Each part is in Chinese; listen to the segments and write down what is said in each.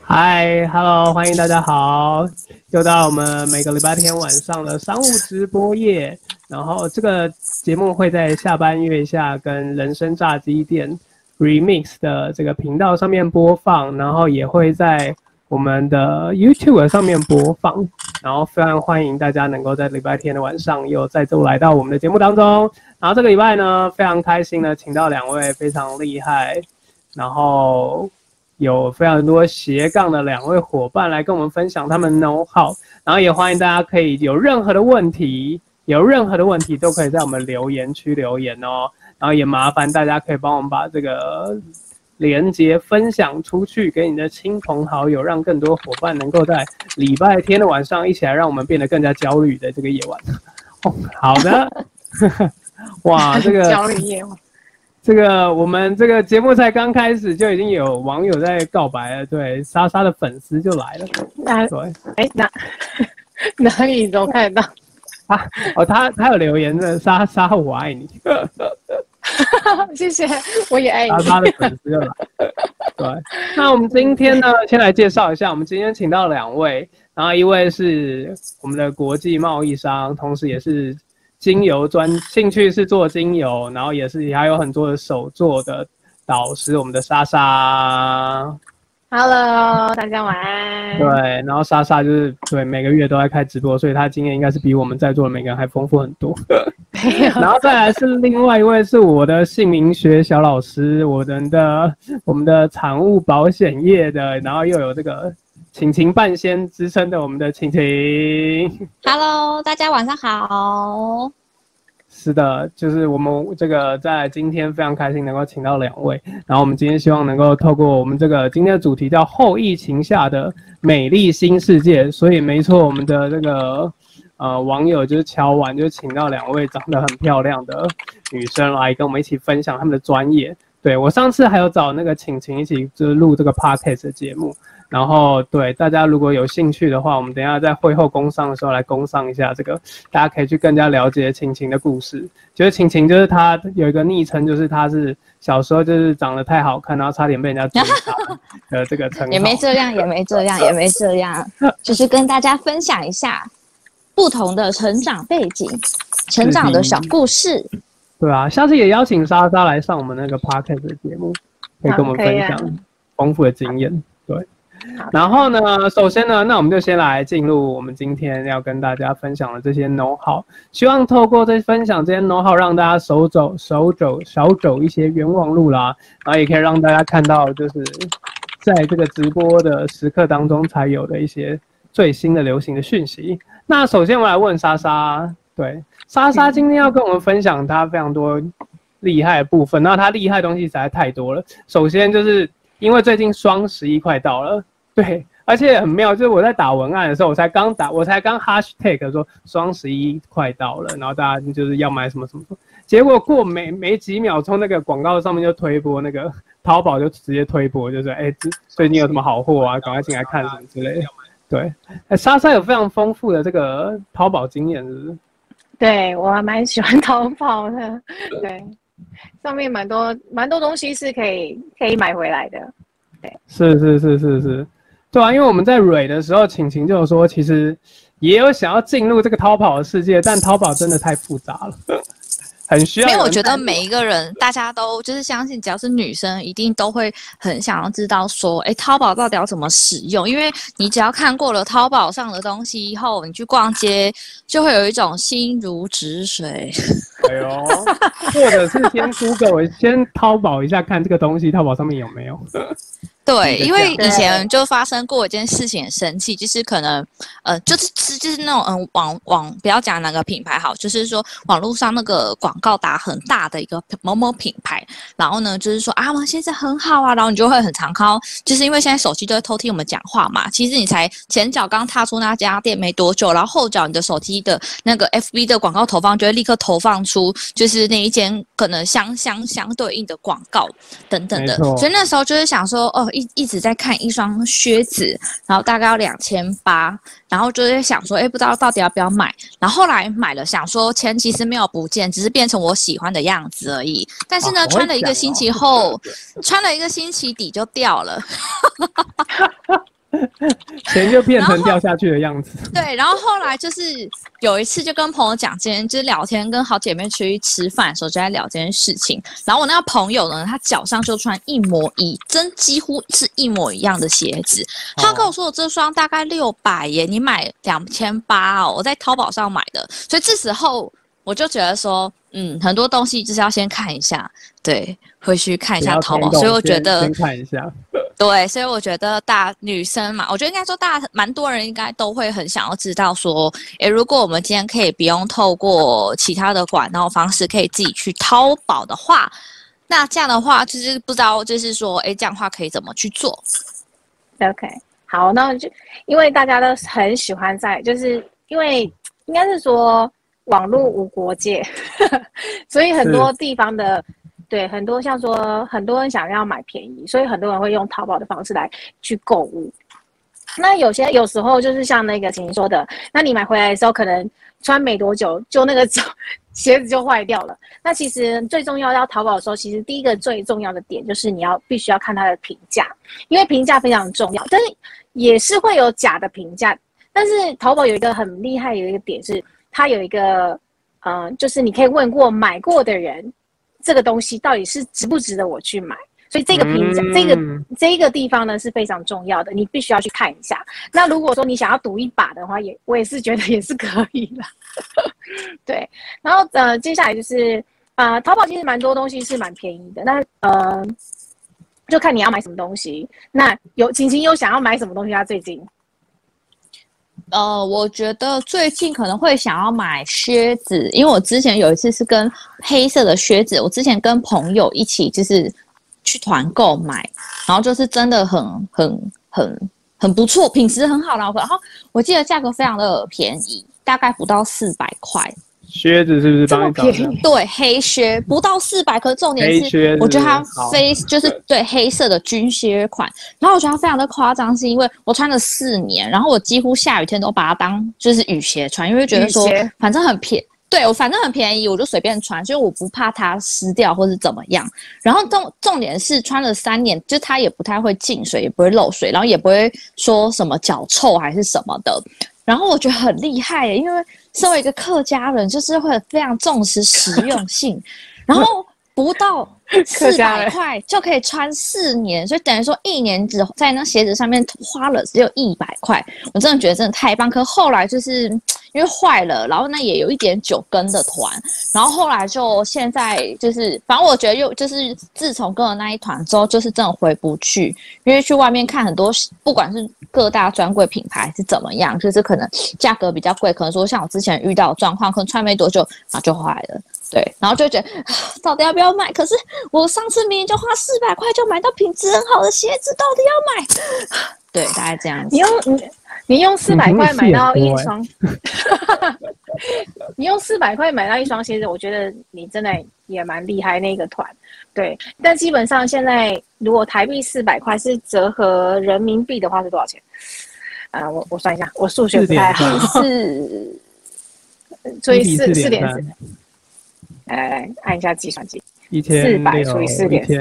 嗨，Hello，欢迎大家好，又到我们每个礼拜天晚上的商务直播夜。然后这个节目会在下班月下跟人生炸鸡店 Remix 的这个频道上面播放，然后也会在我们的 YouTube 上面播放。然后非常欢迎大家能够在礼拜天的晚上又再度来到我们的节目当中。然后这个礼拜呢，非常开心的请到两位非常厉害，然后有非常多斜杠的两位伙伴来跟我们分享他们 know how， 然后也欢迎大家可以有任何的问题都可以在我们留言区留言哦，然后也麻烦大家可以帮我们把这个连结分享出去给你的亲朋好友，让更多伙伴能够在礼拜天的晚上一起来让我们变得更加焦虑的这个夜晚。好的，哇，这个焦虑夜晚。 这个我们这个节目才刚开始，就已经有网友在告白了，对，莎莎的粉丝就来了，对， 哪里都看得到？ 他有留言的，莎莎我爱你， 谢谢，我也爱你。 莎莎的粉丝就来了，对，那我们今天呢，先来介绍一下，我们今天请到两位，然后一位是我们的国际贸易商，同时也是精油兴趣是做精油，然后还有很多的手作的导师，我们的莎莎。 Hello， 大家晚安。 对，然后莎莎就是对每个月都在开直播，所以她经验应该是比我们在座的每个人还丰富很多。然后再来是另外一位是我的姓名学小老师，我们的产物保险业的，然后又有这个晴晴半仙之称的我们的晴晴。 Hello， 大家晚上好。 是的，就是我们这个在今天非常开心能够请到两位，然后我们今天希望能够透过我们这个今天的主题叫后疫情下的美丽新世界，所以没错，我们的这个网友就是敲碗，就请到两位长得很漂亮的女生来跟我们一起分享他们的专业。对，我上次还有找那个晴晴一起就是录这个 podcast 的节目。然后对大家如果有兴趣的话，我们等一下在会后工商的时候来工商一下这个，大家可以去更加了解晴晴的故事。就是晴晴就是她有一个昵称，就是她是小时候就是长得太好看，然后差点被人家追杀的这个称号。 也没这样，就是跟大家分享一下不同的成长背景、成长的小故事。 对啊，下次也邀请莎莎来上我们那个 podcast 的节目，可以跟我们分享丰富的经验。对。然后呢，首先呢，那我们就先来进入我们今天要跟大家分享的这些 know how， 希望透过分享这些 know how， 让大家少走一些冤枉路啦，然后也可以让大家看到，就是在这个直播的时刻当中才有的一些最新的流行的讯息。那首先我来问莎莎，对，莎莎今天要跟我们分享她非常多厉害的部分，那她厉害的东西实在太多了。首先就是因为最近双11快到了，对，而且很妙，就是我在打文案的时候，我才刚 hashtag 说双11快到了，然后大家就是要买什么什么，结果过没几秒钟，那个广告上面就推播，那个淘宝就直接推播，就是最近有什么好货啊，赶快进来看什么之类的。对，莎莎有非常丰富的这个淘宝经验，是不是？ 对，我还蛮喜欢淘宝的，对。上面蛮多东西是可以买回来的，对， 是，对啊，因为我们在蕊的时候，晴晴就有说，其实也有想要进入这个淘宝的世界，但淘宝真的太复杂了，很需要。 因为我觉得每一个人，大家都就是相信，只要是女生，一定都会很想要知道说，淘宝到底要怎么使用？因为你只要看过了淘宝上的东西以后，你去逛街就会有一种心如止水。 哎呦，或者是先Google，我先淘宝一下，看这个东西淘宝上面有没有。 对，因为以前就发生过一件事情，很生气，就是可能就是那种不要讲哪个品牌好，就是说网络上那个广告打很大的一个某某品牌，然后呢就是说啊，我现在很好啊，然后你就会很常看到，就是因为现在手机都会偷听我们讲话嘛，其实你才前脚刚踏出那家店没多久，然后后脚你的手机的那个 FB 的广告投放就会立刻投放出就是那一间可能相对应的广告等等的，所以那时候就是想说一直在看一双靴子，然后大概要2800，然后就在想说，不知道到底要不要买。然后后来买了，想说钱其实没有不见，只是变成我喜欢的样子而已。但是呢，穿了一个星期后，穿了一个星期底就掉了。 钱就变成掉下去的样子。 对，然后后来就是有一次就跟朋友讲，今天就是聊天，跟好姐妹出去吃饭的时候就在聊这件事情。然后我那个朋友呢，他脚上就穿几乎是一模一样的鞋子。他跟我说，我这双大概600耶，你买2800哦，我在淘宝上买的。所以这时候我就觉得说，很多东西就是要先看一下，对，回去看一下淘宝。所以我觉得先看一下。 对，所以我觉得女生嘛，我觉得应该说蛮多人应该都会很想要知道说，如果我们今天可以不用透过其他的管道方式，可以自己去淘宝的话，那这样的话就是不知道就是说，这样的话可以怎么去做 ？OK， 好，那就因为大家都很喜欢就是因为应该是说网络无国界，所以很多地方的。对，很多像说很多人想要买便宜，所以很多人会用淘宝的方式来去购物。那有时候就是像那个晴晴说的，那你买回来的时候可能穿没多久，就那个鞋子就坏掉了。那其实最重要要淘宝的时候，其实第一个最重要的点就是必须要看它的评价，因为评价非常重要。但是也是会有假的评价，但是淘宝有一个很厉害的一个点是，它有一个就是你可以问过买过的人。这个东西到底是值不值得我去买？所以这个评价，这个地方呢是非常重要的，你必须要去看一下。那如果说你想要赌一把的话，我也是觉得也是可以的。对，然后接下来就是淘宝其实蛮多东西是蛮便宜的，那就看你要买什么东西。那晴晴有想要买什么东西啊？最近？ 我觉得最近可能会想要买靴子，因为我之前有一次是跟黑色的靴子，我之前跟朋友一起就是去团购买，然后就是真的很不错，品质很好，然后我记得价格非常的便宜，大概不到400块。 靴子是不是帮你找的？ 对，黑靴不到400，可是重点是，我觉得它就是对黑色的军靴款，然后我觉得它非常的夸张，是因为我穿了4年，然后我几乎下雨天都把它当就是雨鞋穿，因为觉得说反正很便宜。对，我反正很便宜，我就随便穿，所以我不怕它湿掉或是怎么样。然后重点是穿了3年，就它也不太会进水，也不会漏水，然后也不会说什么脚臭还是什么的。然后我觉得很厉害耶，因为身为一个客家人，就是会非常重视实用性，然后不到400块就可以穿4年，所以等于说1年只在那鞋子上面花了只有100块，我真的觉得真的太棒。可后来就是因为坏了，然后那也有一点9跟的团，然后后来就现在就是，反正我觉得又就是自从跟了那一团之后，就是真的回不去，因为去外面看很多，不管是各大专柜品牌是怎么样，就是可能价格比较贵，可能说像我之前遇到的状况，可能穿没多久然后就坏了。对，然后就觉得到底要不要买？可是我上次明明就花400块就买到品质很好的鞋子，到底要买？对，大概这样子。 你用400块买到一双，你用400块买到一双鞋子，我觉得你真的也蛮厉害那个团。对，但基本上现在如果台币400块是折合人民币的话是多少钱？我算一下，我数学不太好，所以4.4。按一下计算机，400除以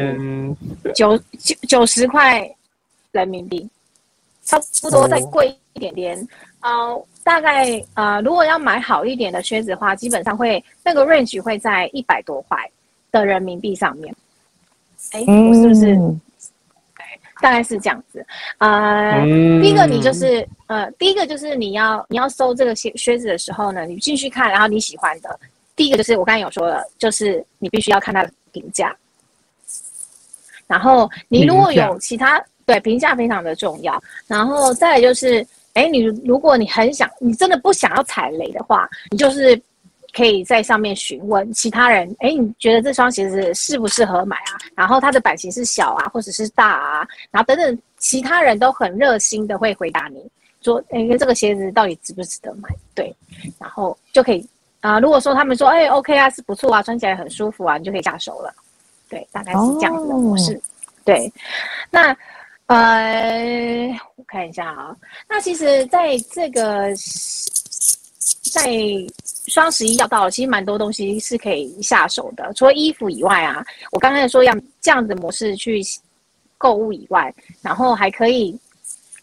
4.4，90块人民币，差不多再贵一点点。大概如果要买好一点的靴子的话，基本上那个 range 会在100多块的人民币上面。我是不是？大概是这样子。第一个就是你要搜这个靴子的时候呢，你进去看，然后你喜欢的。第一个就是我刚才有说了，就是你必须要看它的评价，然后你如果有其他评价非常的重要，然后再来就是，如果你真的不想要踩雷的话，你就是可以在上面询问其他人，你觉得这双鞋子适不适合买啊？然后它的版型是小啊，或者是大啊，然后等等，其他人都很热心的会回答你说，这个鞋子到底值不值得买？对，然后就可以。如果说他们说OK 啊，是不错啊，穿起来很舒服啊，你就可以下手了。对，大概是这样子的模式。对，那我看一下啊，那其实在这个在双11要到了，其实蛮多东西是可以下手的，除了衣服以外啊，我刚才说要这样的模式去购物以外，然后还可以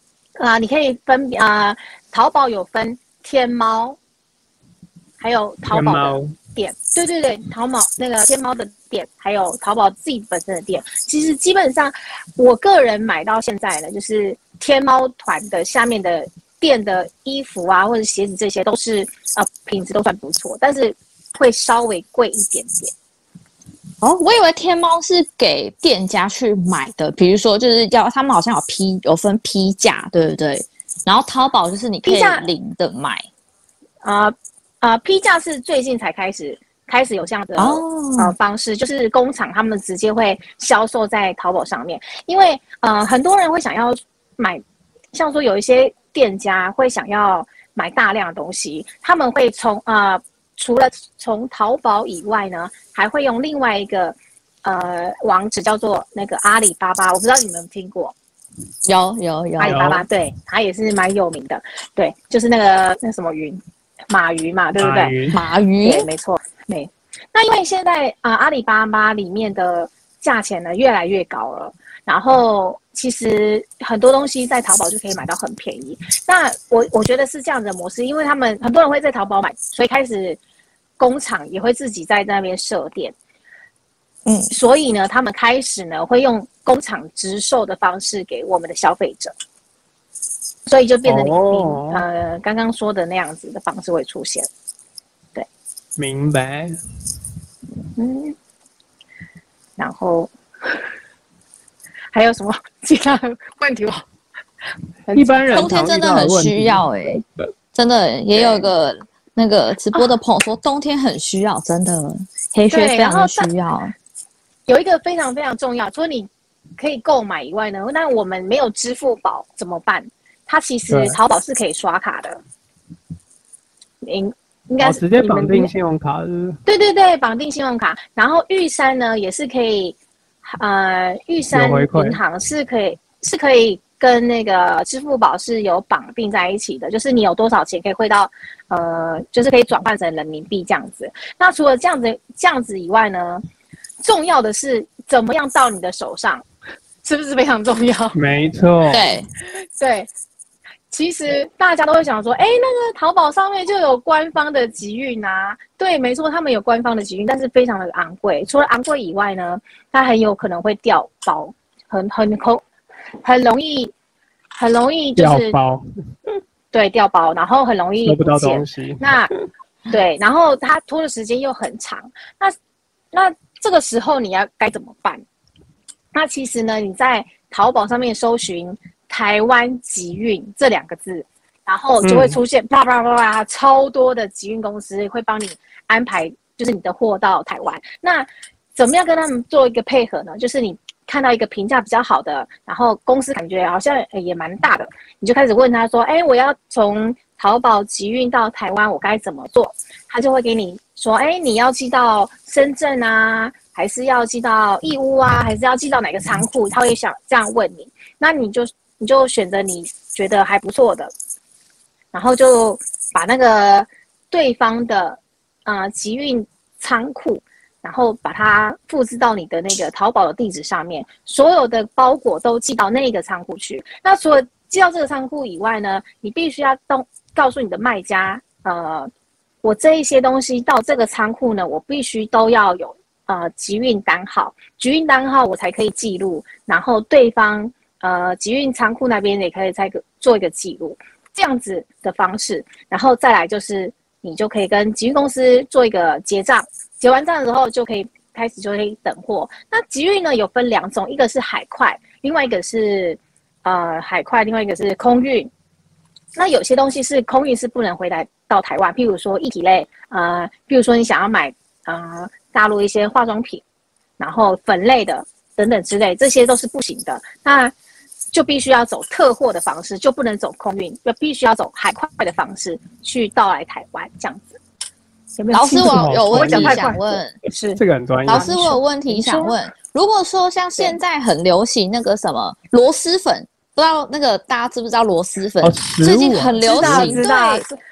你可以分淘宝有分天猫，还有淘宝的店，对，淘宝那个天猫的店，还有淘宝自己本身的店。其实基本上，我个人买到现在的就是天猫团的下面的店的衣服啊，或者鞋子这些都是品质都算不错，但是会稍微贵一点点。 哦，我以为天猫是给店家去买的，比如说就是他们好像有分批价，对不对？然后淘宝就是你可以零的买。 批价是最近才开始有这样的方式，就是工厂他们直接会销售在淘宝上面，因为很多人会想要买，像说有一些店家会想要买大量的东西，他们会除了从淘宝以外呢，还会用另外一个网址叫做那个阿里巴巴，我不知道你们有没有听过。 有阿里巴巴，对，它也是蛮有名的，对，就是那什么云，马云嘛，对不对？ 马云， 对，没错，对。那因为现在阿里巴巴里面的价钱呢越来越高了，然后其实很多东西在淘宝就可以买到很便宜。那我觉得是这样的模式，因为他们很多人会在淘宝买，所以开始工厂也会自己在那边设店。所以呢，他们开始呢会用工厂直售的方式给我们的消费者，所以就变成你刚刚说的那样子的方式会出现。对， 明白。 然后还有什么其他的问题吗？ 一般人冬天真的很需要真的也有个那个直播的朋友说冬天很需要，真的黑靴非常的需要。 有一个非常非常重要，除了你可以购买以外呢，那我们没有支付宝怎么办？它其实淘宝是可以刷卡的，应该是直接绑定信用卡是？ 对，绑定信用卡。然后玉山呢也是可以，玉山银行是可以跟那个支付宝是有绑定在一起的，就是你有多少钱可以汇到，就是可以转换成人民币这样子。那除了这样子以外呢？重要的是怎么样到你的手上，是不是非常重要？ 没错， 对。其实大家都会想说，那个淘宝上面就有官方的集运啊，对，没错，他们有官方的集运，但是非常的昂贵。除了昂贵以外呢，它很有可能会掉包，很容易就是掉包， 对，掉包，然后很容易收不到东西。 那对，然后它拖的时间又很长，那这个时候你要该怎么办？那其实呢，你在淘宝上面搜寻台湾集运这2个字，然后就会出现啪啪啪啪超多的集运公司会帮你安排，就是你的货到台湾。那怎么样跟他们做一个配合呢？就是你看到一个评价比较好的，然后公司感觉好像也蛮大的，你就开始问他说，我要从淘宝集运到台湾，我该怎么做？他就会给你说，你要寄到深圳啊，还是要寄到义乌啊，还是要寄到哪个仓库？他会想这样问你，那你就选择你觉得还不错的，然后就把那个对方的集运仓库，然后把它复制到你的那个淘宝的地址上面，所有的包裹都寄到那个仓库去。那除了寄到这个仓库以外呢，你必须要告诉你的卖家，我这一些东西到这个仓库呢，我必须都要有集运单号，集运单号我才可以记录，然后对方集运仓库那边也可以再做一个记录，这样子的方式，然后再来就是你就可以跟集运公司做一个结账，结完账之后就可以开始等货。那集运呢有分2种，一个是海快，另外一个是海快，另外一个是空运。那有些东西是空运是不能回来到台湾，譬如说液体类，譬如说你想要买大陆一些化妆品，然后粉类的等等之类，这些都是不行的。那就必须要走特货的方式，就不能走空运，必须要走海快的方式去到来台湾这样子。有没有？ 老师，我有问题想问， 是这个很专业。 老师，我有问题想问，如果说像现在很流行那个什么螺蛳粉，不知道那个大家知不知道螺蛳粉？最近很流行， 知道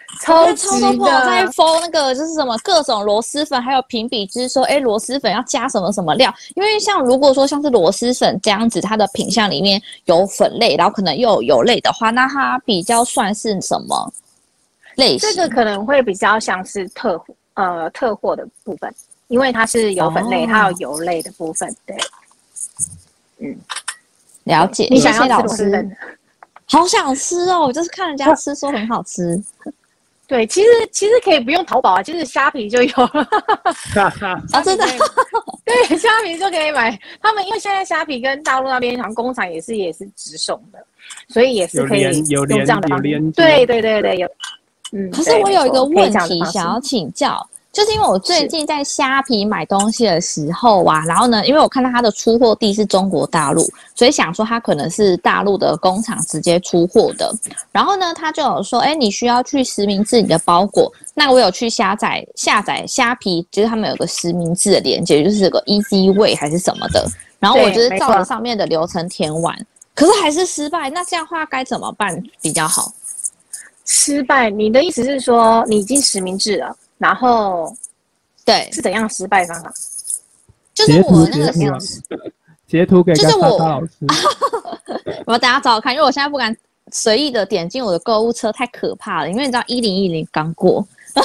超多朋友在 follow 那个就是什么各种螺蛳粉，还有评比之说，螺蛳粉要加什么什么料？因为像如果说像是螺蛳粉这样子，它的品项里面有粉类，然后可能又有油类的话，那它比较算是什么类型？ 这个可能会比较像是特货的部分，因为它是有粉类，它有油类的部分。对， 了解。 你想要吃老师螺蛳粉？ 好想吃哦！我就是看人家吃说很好吃。 对，其实可以不用淘宝啊，就是虾皮就有了。 啊，真的？ 对，虾皮就可以买。他们因为现在虾皮跟大陆那边好像工厂也是直送的，所以也是可以用这样的方式。对，有。 可是我有一个问题想要请教。就是因为我最近在虾皮买东西的时候啊，然后呢，因为我看到它的出货地是中国大陆，所以想说它可能是大陆的工厂直接出货的。然后呢，他就有说，你需要去实名制你的包裹。那我有去下载虾皮，就是他们有个实名制的连接，就是有个 Easy Way 还是什么的。然后我就是照着上面的流程填完，可是还是失败。那这样的话该怎么办比较好？ 失败？你的意思是说你已经实名制了？然后， 对， 是怎样失败方法？ 就是我那个截图给就是我老师， 我等下找找看，因为我现在不敢随意的点进我的购物车，太可怕了。因为你知道1010刚过，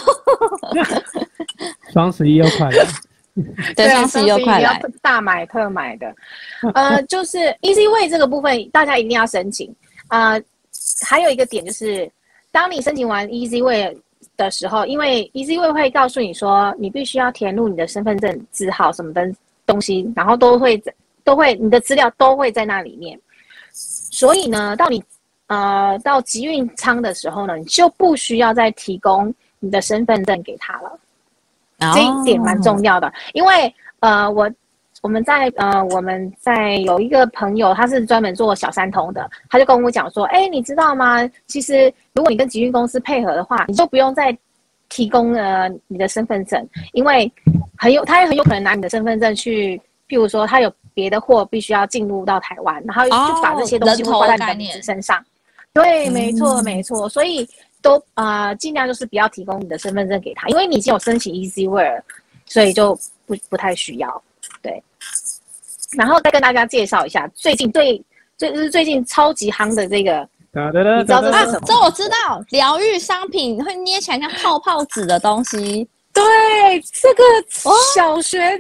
双11又快来， 对，双11又快来， 大买特买的。就是 Easy Way 这个部分，大家一定要申请。还有一个点就是，当你申请完 Easy Way的时候，因为 Easy Way 会告诉你说，你必须要填入你的身份证字号什么的东西，然后都会你的资料都会在那里面。所以呢，到你到集运仓的时候呢，你就不需要再提供你的身份证给他了。这一点蛮重要的，因为我们在有一个朋友，他是专门做小三通的，他就跟我讲说，你知道吗？其实如果你跟集运公司配合的话，你就不用再提供你的身份证，因为他也很有可能拿你的身份证去，譬如说他有别的货必须要进入到台湾，然后就把这些东西会挂在你的名字身上。对，没错，所以都尽量就是不要提供你的身份证给他，因为你已经有申请 Easy Way， 所以就不太需要。对。然后再跟大家介绍一下最近超级夯的这个，你知道这是什么？ 这我知道，疗愈商品会捏起来像泡泡纸的东西。 对，这个小学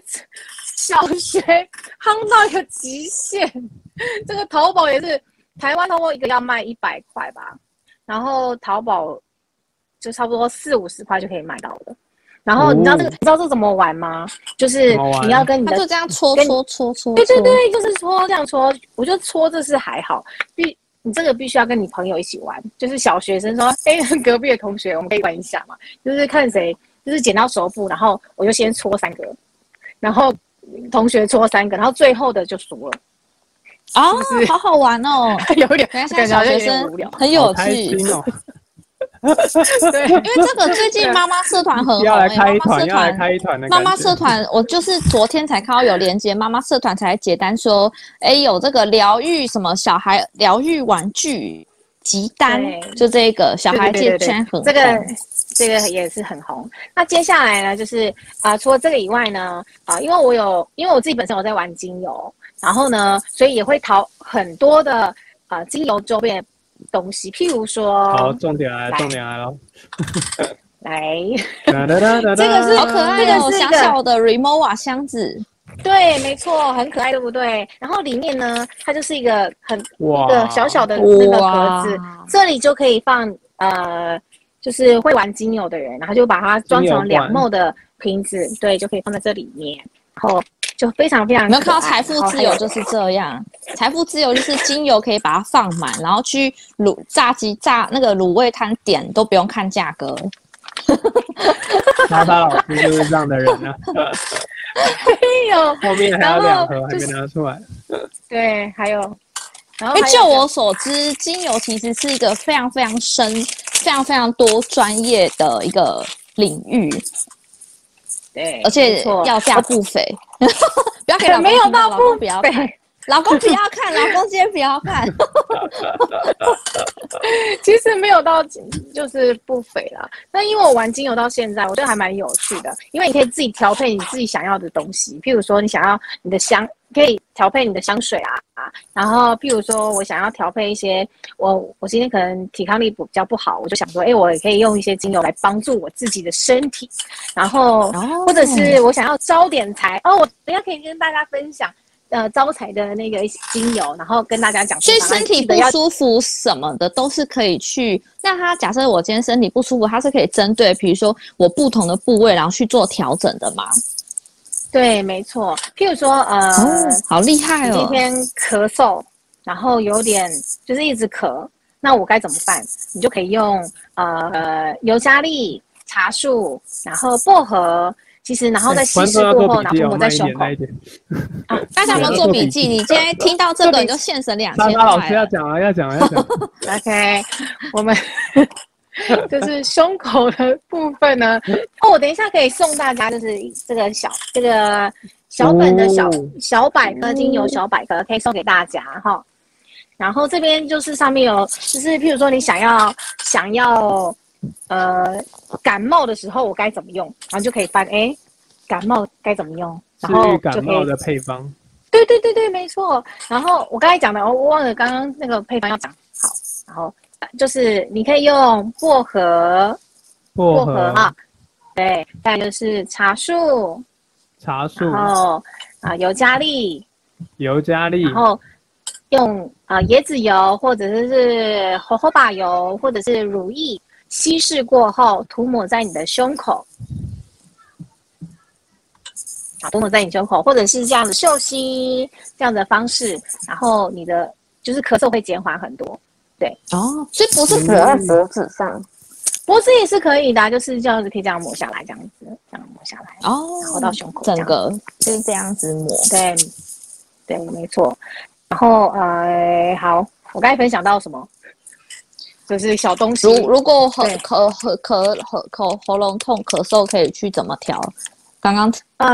夯到一个极限。这个淘宝也是，台湾淘宝一个要卖100块吧，然后淘宝就差不多40-50块就可以买到了。然后你知道你知道这怎么玩吗？就是你要跟你的， 他就这样搓。 对，就是搓，这样搓。我觉得搓这是还好，你这个必须要跟你朋友一起玩，就是小学生说，隔壁的同学我们可以玩一下嘛，就是看谁就是剪刀手部，然后我就先搓3个，然后同学搓3个，然后最后的就输了。 是好好玩哦， 有点感觉小学生无聊， 很有趣。 对， 因为这个最近妈妈社团很红， 要来开一团的妈妈社团，我就是昨天才看到有连结，妈妈社团才解单说，有这个疗愈什么小孩疗愈玩具集单，就这个小孩界圈很红， 这个也是很红。那接下来呢，就是除了这个以外呢，因为我自己本身有在玩精油，然后呢，所以也会淘很多的精油周边东西，譬如说， 好，重点来了， 来， 这个是好可爱哦，小小的 Remova 箱子， 对，没错，很可爱，对不对？然后里面呢，它就是一个一个小小的那个盒子，这里就可以放就是会玩精油的人，然后就把它装成2ml的瓶子，对，就可以放在这里面，然后就非常非常可爱。 有没有看到财富自由就是这样？财富自由就是精油可以把它放满，然后去炸那个卤味摊点都不用看价格。 莎莎老师就是这样的人啊。 没有， 后面还有2盒还没拿出来。 对，还有。 因为就我所知，精油其实是一个非常非常深、非常非常多专业的一个领域。 对， 而且要价不菲。不要给老公没有到不要看。 老公不要看，老公今天不要看。 其实没有到就是不菲啦。那因为我玩精油到现在，我觉得还蛮有趣的，因为你可以自己调配你自己想要的东西。譬如说，你想要你的可以调配你的香水啊。然后，譬如说我想要调配一些，我今天可能抵抗力比较不好，我就想说，我也可以用一些精油来帮助我自己的身体。然后，或者是我想要招点财我等一下可以跟大家分享。招财的那个精油，然后跟大家讲， 所以身体不舒服什么的都是可以去。那他假设我今天身体不舒服，他是可以针对，比如说我不同的部位，然后去做调整的吗？ 对，没错。譬如说， 好厉害哦！ 今天咳嗽，然后有点就是一直咳，那我该怎么办？你就可以用尤加利、茶树，然后薄荷。其实，然后在稀释过后，然后涂抹在胸口。 大家有没有做笔记？你今天听到这个，你就现省2000块。 老师要讲啊，要讲。 OK， 我们就是胸口的部分呢。我等一下可以送大家，就是这个小本的小百科精油小百科，可以送给大家哈。然后这边就是上面有，就是譬如说你想要。感冒的时候我该怎么用？然后就可以翻，感冒该怎么用？然后治愈感冒的配方。 对，没错。然后我刚才讲的，我忘了刚刚那个配方要讲好。然后就是你可以用薄荷啊，对，再就是茶树，然后尤加利，然后用椰子油或者是荷荷巴油或者是乳液。稀释过后，涂抹在你的胸口，涂抹在你胸口，或者是这样的嗅吸这样的方式，然后你的就是咳嗽会减缓很多。对所以不是抹在脖子上， 脖子也是可以的，就是这样子可以这样抹下来，这样抹下来，然后到胸口， 整个就是这样子抹。 对，没错。然后好，我刚才分享到什么？就是小东西。 如果喉咙痛、咳嗽，可以去怎么调？刚刚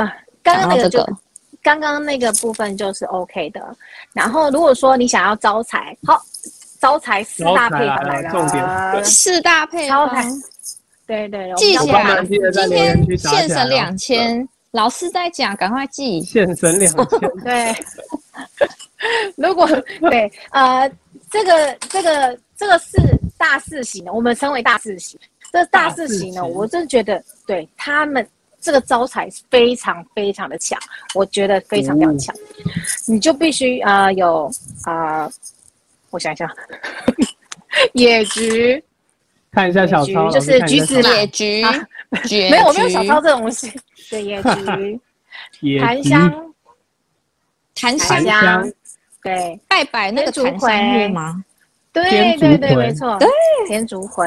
那个部分就是 OK 的。然后如果说你想要招财，好，招财4大配方来了， 重点 4大配方。 对， 记起来，今天现省2000，老师在讲，赶快记。 现省2000。 对。如果这个是大四喜呢，我们称为大四喜。这大四喜呢，我真的觉得对他们这个招财非常非常的强，我觉得非常非常强。你就必须有我想一下，野菊， 看一下小抄， 就是橘子野菊， 没有，我没有小抄这种东西。对，野菊，檀香，对， 拜那个檀香木吗？ 对，没错，天竺葵，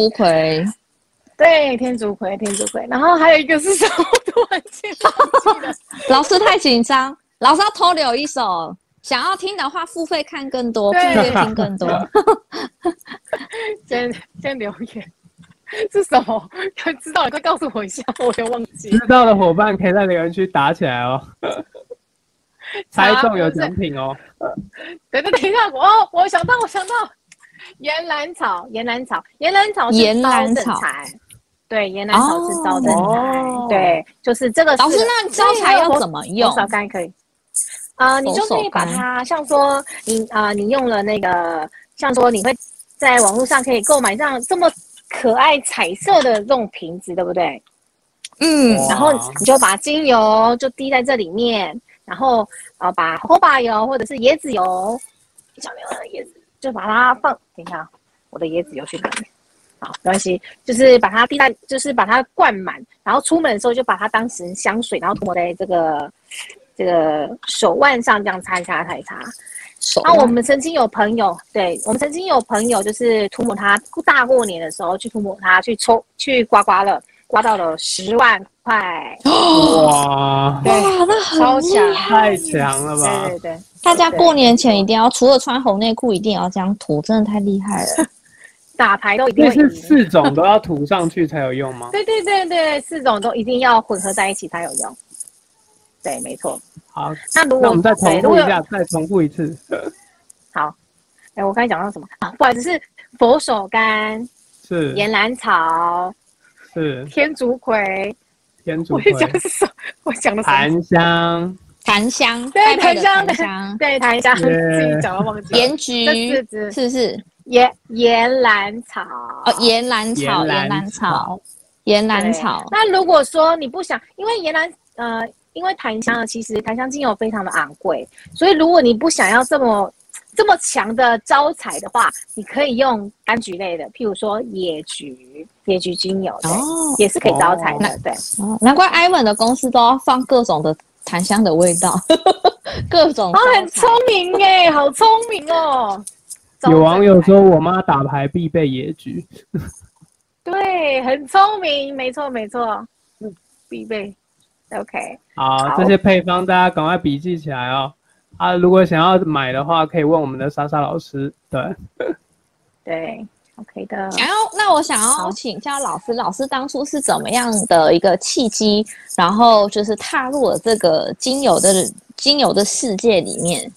对，天竺葵，然后还有一个是什么？突然间忘记了。 老师太紧张，老师要偷留一首，想要听的话付费看更多，付费听更多。 先留言是什么？知道你快告诉我一下，我有忘记。 知道的伙伴可以在留言区打起来哦。猜中有奖品哦！ 等一下，我想到，岩兰草是招正财，对，岩兰草是招正财，对，就是这个是。 老师，那招财要怎么用？ 多少干可以？你就可以把它，像说你用了那个，像说你会在网络上可以购买这么可爱彩色的这种瓶子，对不对？然后你就把精油就滴在这里面。然后把荷巴油或者是椰子油，小没有椰子，就把它放。等一下，我的椰子油去哪里？好，没关系，就是把它滴在，就是把它灌满，然后出门的时候就把它当成香水，然后涂抹在这个手腕上，这样擦一擦。我们曾经有朋友，就是涂抹它，大过年的时候去涂抹它，去刮刮乐，刮到了10万块。 哇， 那超强， 太强了吧！ 对， 大家过年前一定要，除了穿红内裤，一定要这样涂，真的太厉害了。 打牌都一定会赢。是4种都要涂上去才有用吗？ 对，4种都一定要混合在一起才有用。 对，没错。 好， 那如果那我们再重复一下，再重复一次。 好，我刚才讲到什么啊？不好意思，是佛手柑、 是岩兰草、 是天竺葵。 天竺葵， 我讲是什么？我讲的什么？ 檀香， 檀香， 对， 拜拜的檀檀香， 对，檀香，自己讲到忘记了。 盐菊是不是？ 岩兰草哦，岩兰草，岩兰草，岩兰草。 那如果说你不想，因为因为檀香呢，其实檀香精油非常的昂贵，所以如果你不想要这么强的招财的话，你可以用柑橘类的，譬如说野橘精油，也是可以招财的，对。 难怪 Ivan 的公司都要放各种的檀香的味道，各种。 很聪明耶，好聪明哦。 有网友说我妈打牌必备野菊， 对，很聪明，没错，必备。OK， 好，这些配方大家赶快笔记起来哦。如果想要买的话，可以问我们的莎莎老师。 对，OK 的。 那我想要请教老师当初是怎么样的一个契机，然后就是踏入了这个精油的世界里面。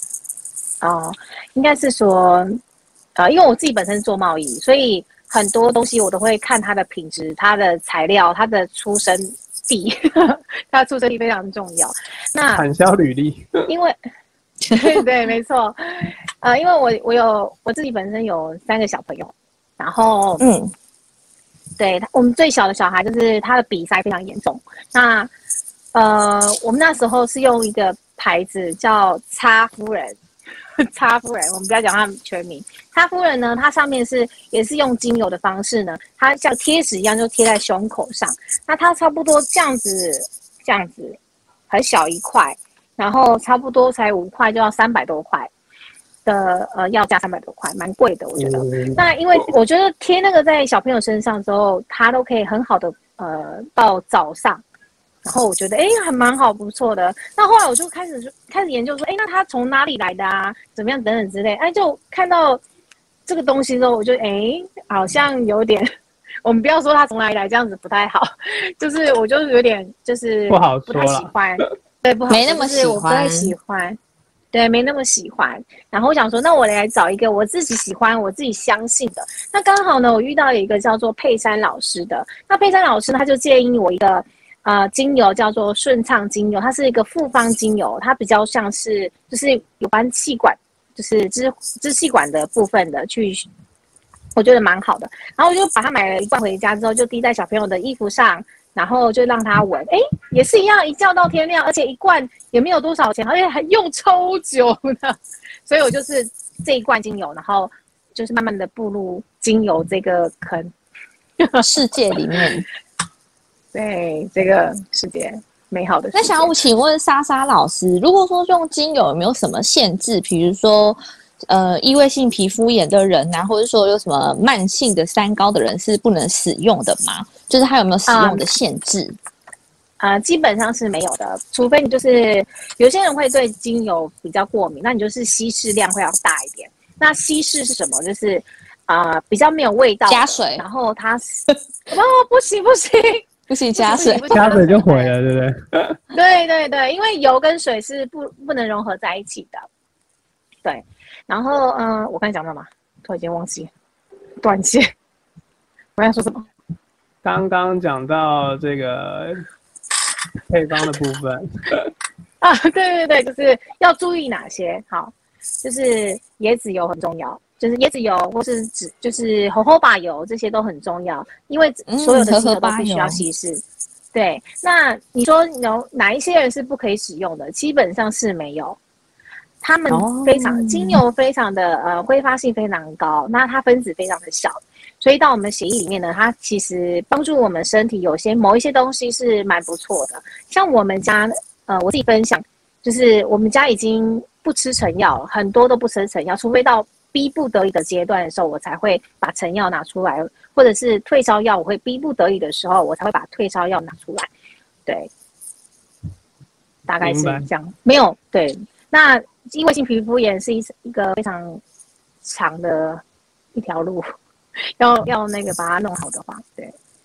应该是说，因为我自己本身做贸易，所以很多东西我都会看它的品质、它的材料、它的出生地，它的出生地非常重要。那产销履历， 因为对，没错。因为我自己本身有3个小朋友，然后对，我们最小的小孩就是他的鼻塞非常严重。那我们那时候是用一个牌子叫擦夫人。擦夫人，我们不要讲他全名。擦夫人呢，它上面也是用精油的方式呢，它像贴纸一样就贴在胸口上。那它差不多这样子，很小一块，然后差不多才5块就要300多块的要价300多块，蛮贵的，我觉得。那因为我觉得贴那个在小朋友身上之后，它都可以很好的到早上。然后我觉得还蛮好，不错的。那后来我就开始研究说，那它从哪里来的啊？怎么样等等之类。就看到这个东西之后，我就好像有点，我们不要说它从哪里来，这样子不太好。就是我就是有点就是不太喜欢，对，不好， 没那么喜欢， 我不太喜欢，对，没那么喜欢。然后我想说，那我来找一个我自己喜欢、我自己相信的。那刚好呢，我遇到一个叫做佩珊老师的。那佩珊老师呢，他就建议我一个。精油叫做顺畅精油，它是一个复方精油，它比较像是就是有关气管，就是支气管的部分的我觉得蛮好的。然后我就把它买了1罐回家之后，就滴在小朋友的衣服上，然后就让他闻，也是一样，一觉到天亮，而且1罐也没有多少钱，而且还用超久的。所以我就是这1罐精油，然后就是慢慢的步入精油这个坑世界里面。 对，这个世界美好的世界。 那想要请问莎莎老师，如果说用精油有没有什么限制？比如说，异位性皮肤炎的人啊，或者说有什么慢性的三高的人是不能使用的吗？就是它有没有使用的限制？ 基本上是没有的，除非你就是有些人会对精油比较过敏，那你就是稀释量会要大一点。那稀释是什么？就是比较没有味道， 加水， 然后它不行。 不行，加水， 加水就毁了，对不对？ 对，因为油跟水是不能融合在一起的。对，然后我刚才讲到嘛，突然间忘记断线。我要说什么？ 刚刚讲到这个配方的部分对，就是要注意哪些？好，就是椰子油很重要。就是椰子油或是就是荷荷巴油，这些都很重要，因为所有的精油都必须要稀释。对，那你说有哪一些人是不可以使用的？基本上是没有，他们精油非常的挥发性非常高，那它分子非常的小，所以到我们血液里面呢，它其实帮助我们身体某一些东西是蛮不错的。像我们家我自己分享，就是我们家已经不吃成药了，很多都不吃成药，除非到逼不得已的阶段的时候，我才会把成药拿出来，或者是退烧药，我会逼不得已的时候，我才会把退烧药拿出来。对，大概是这样。没有对，那异位性皮肤炎是一个非常长的一条路，要那个把它弄好的话，对。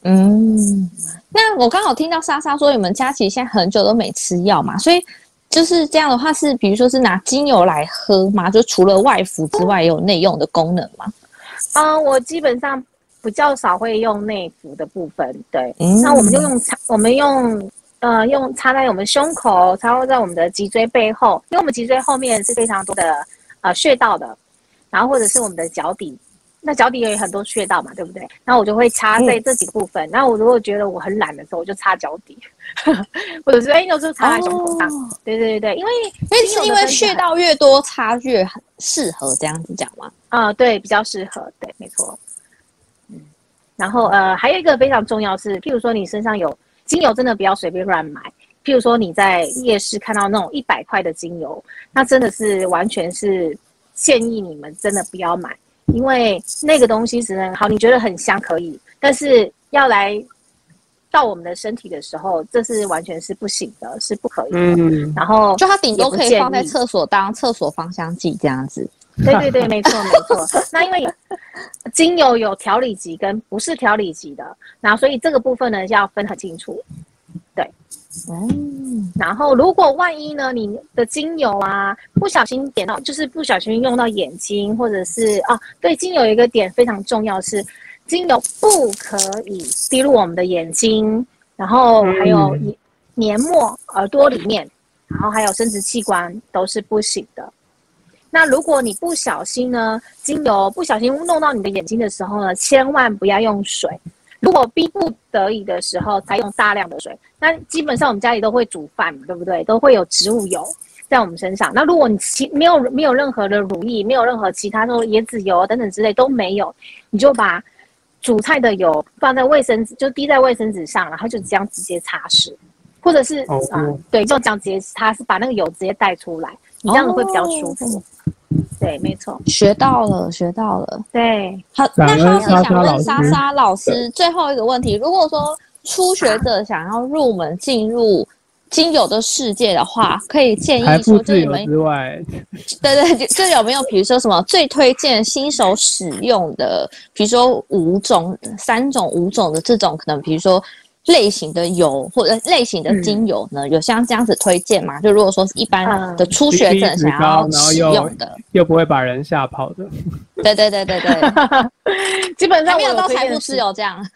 那我刚好听到莎莎说，你们家其实现在很久都没吃药嘛，所以就是这样的话是，比如说是拿精油来喝吗？就除了外服之外，也有内用的功能吗？ 我基本上比较少会用内服的部分，对。那我们就用插在我们胸口，插在我们的脊椎背后，因为我们脊椎后面是非常多的穴道的，然后或者是我们的脚底。那脚底也有很多穴道嘛，对不对？然后我就会插在这几个部分。然后我如果觉得我很懒的时候，我就插脚底，或者是有时候插在胸口上。对，因为穴道越多插越适合，这样子讲吗？ 对，比较适合，对，没错。然后还有一个非常重要是，譬如说你身上有精油，真的不要随便乱买。譬如说你在夜市看到那种100块的精油，那真的是完全是建议你们真的不要买。因为那个东西只能好，你觉得很香可以，但是要来到我们的身体的时候，这是完全是不行的，是不可以的。然后就它顶多可以放在厕所当厕所芳香剂这样子。 对，没错。那因为精油有调理级跟不是调理级的，然后所以这个部分呢要分很清楚。对。然后如果万一呢，你的精油啊不小心点到，就是不小心用到眼睛，或者是对，精油有一个点非常重要是，精油不可以滴入我们的眼睛，然后还有黏膜、耳朵里面，然后还有生殖器官都是不行的。那如果你不小心呢，精油不小心弄到你的眼睛的时候呢，千万不要用水。如果逼不得已的时候才用大量的水，那基本上我们家里都会煮饭，对不对？都会有植物油在我们身上。那如果你没有任何的乳液，没有任何其他的椰子油等等之类都没有，你就把煮菜的油放在卫生纸，就滴在卫生纸上，然后就这样直接擦拭，或者是对，就这样直接擦拭，把那个油直接带出来，你这样子会比较舒服。对，没错， 学到了。 对， 好，那好奇想问莎莎老师最后一个问题：如果说初学者想要入门进入精油的世界的话，可以建议说，就你们之外， 对，就有没有比如说什么最推荐新手使用的，比如说3种、5种的这种可能，比如说类型的油或者类型的精油呢，有像这样子推荐吗？就如果说是一般的初学者想要使用的， 又不会把人吓跑的。 对， 基本上还没有到财富自由这样。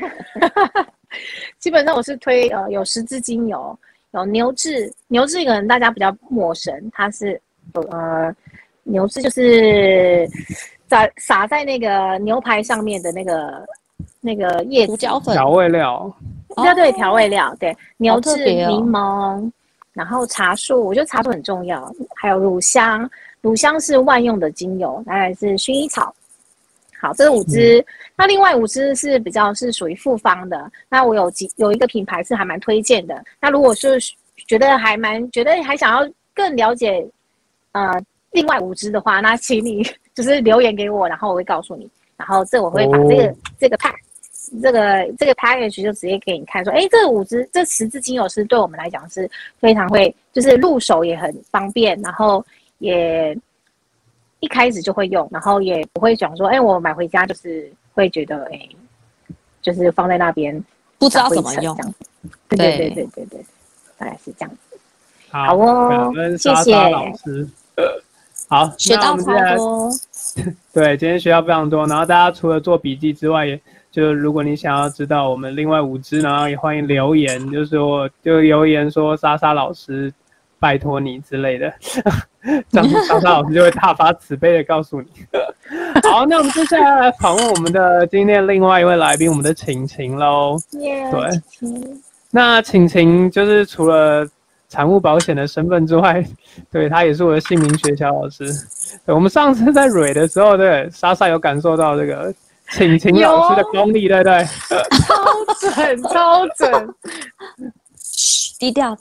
基本上我是推有10支精油，有牛至可能大家比较陌生，它是牛至就是撒在那个牛排上面的那个叶子胡椒粉调味料。 对，调味料，对，牛至、柠檬，然后茶树，我觉得茶树很重要，还有乳香是万用的精油，当然是薰衣草。好，这是5支，那另外5支是比较是属于复方的。那我有一个品牌是还蛮推荐的。那如果是觉得还想要更了解另外5支的话，那请你就是留言给我，然后我会告诉你。然后我会把这个 package 就直接给你看，说，这10支精油是对我们来讲是非常会，就是入手也很方便，然后也一开始就会用，然后也不会讲说，我买回家就是会觉得，就是放在那边不知道怎么用。 对，大概是这样子。 好哦，谢谢老师。好， 学到超多。 对，今天学到非常多。然后大家除了做笔记之外，就如果你想要知道我们另外5支，然后也欢迎留言，就留言说莎莎老师拜托你之类的，这样莎莎老师就会大发慈悲的告诉你。好，那我们接下来访问我们的今天另外一位来宾，我们的晴晴喽。对，那晴晴就是除了产物保险的身份之外，对，他也是我的姓名学小老师。对，我们上次在蕊的时候，对，莎莎有感受到这个晴晴老师的功力，对不对？ 超准， 低调，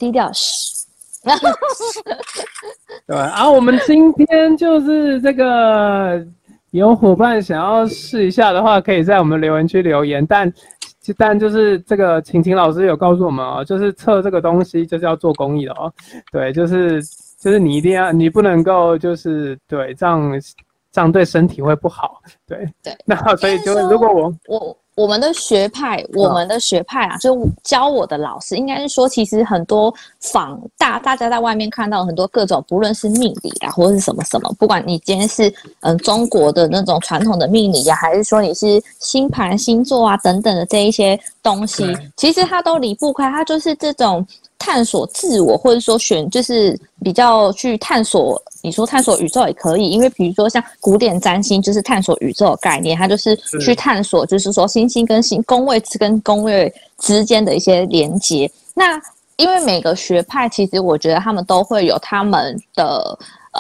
对啊，我们今天就是这个有伙伴想要试一下的话，可以在我们留言区留言，但就是这个晴晴老师有告诉我们哦，就是测这个东西就是要做公益的哦，对，就是你一定要，你不能够就是对这样对身体会不好，对。那所以就如果我们的学派啊，就教我的老师，应该是说，其实很多大家在外面看到很多各种，不论是命理啊，或者是什么什么，不管你今天是中国的那种传统的命理啊，还是说你是星盘、星座啊等等的这一些东西，其实它都离不开，它就是这种探索自我，或者说就是比较去探索。你说探索宇宙也可以，因为比如说像古典占星就是探索宇宙的概念，它就是去探索，就是说星星跟宫位跟宫位之间的一些连结。那因为每个学派，其实我觉得他们都会有他们的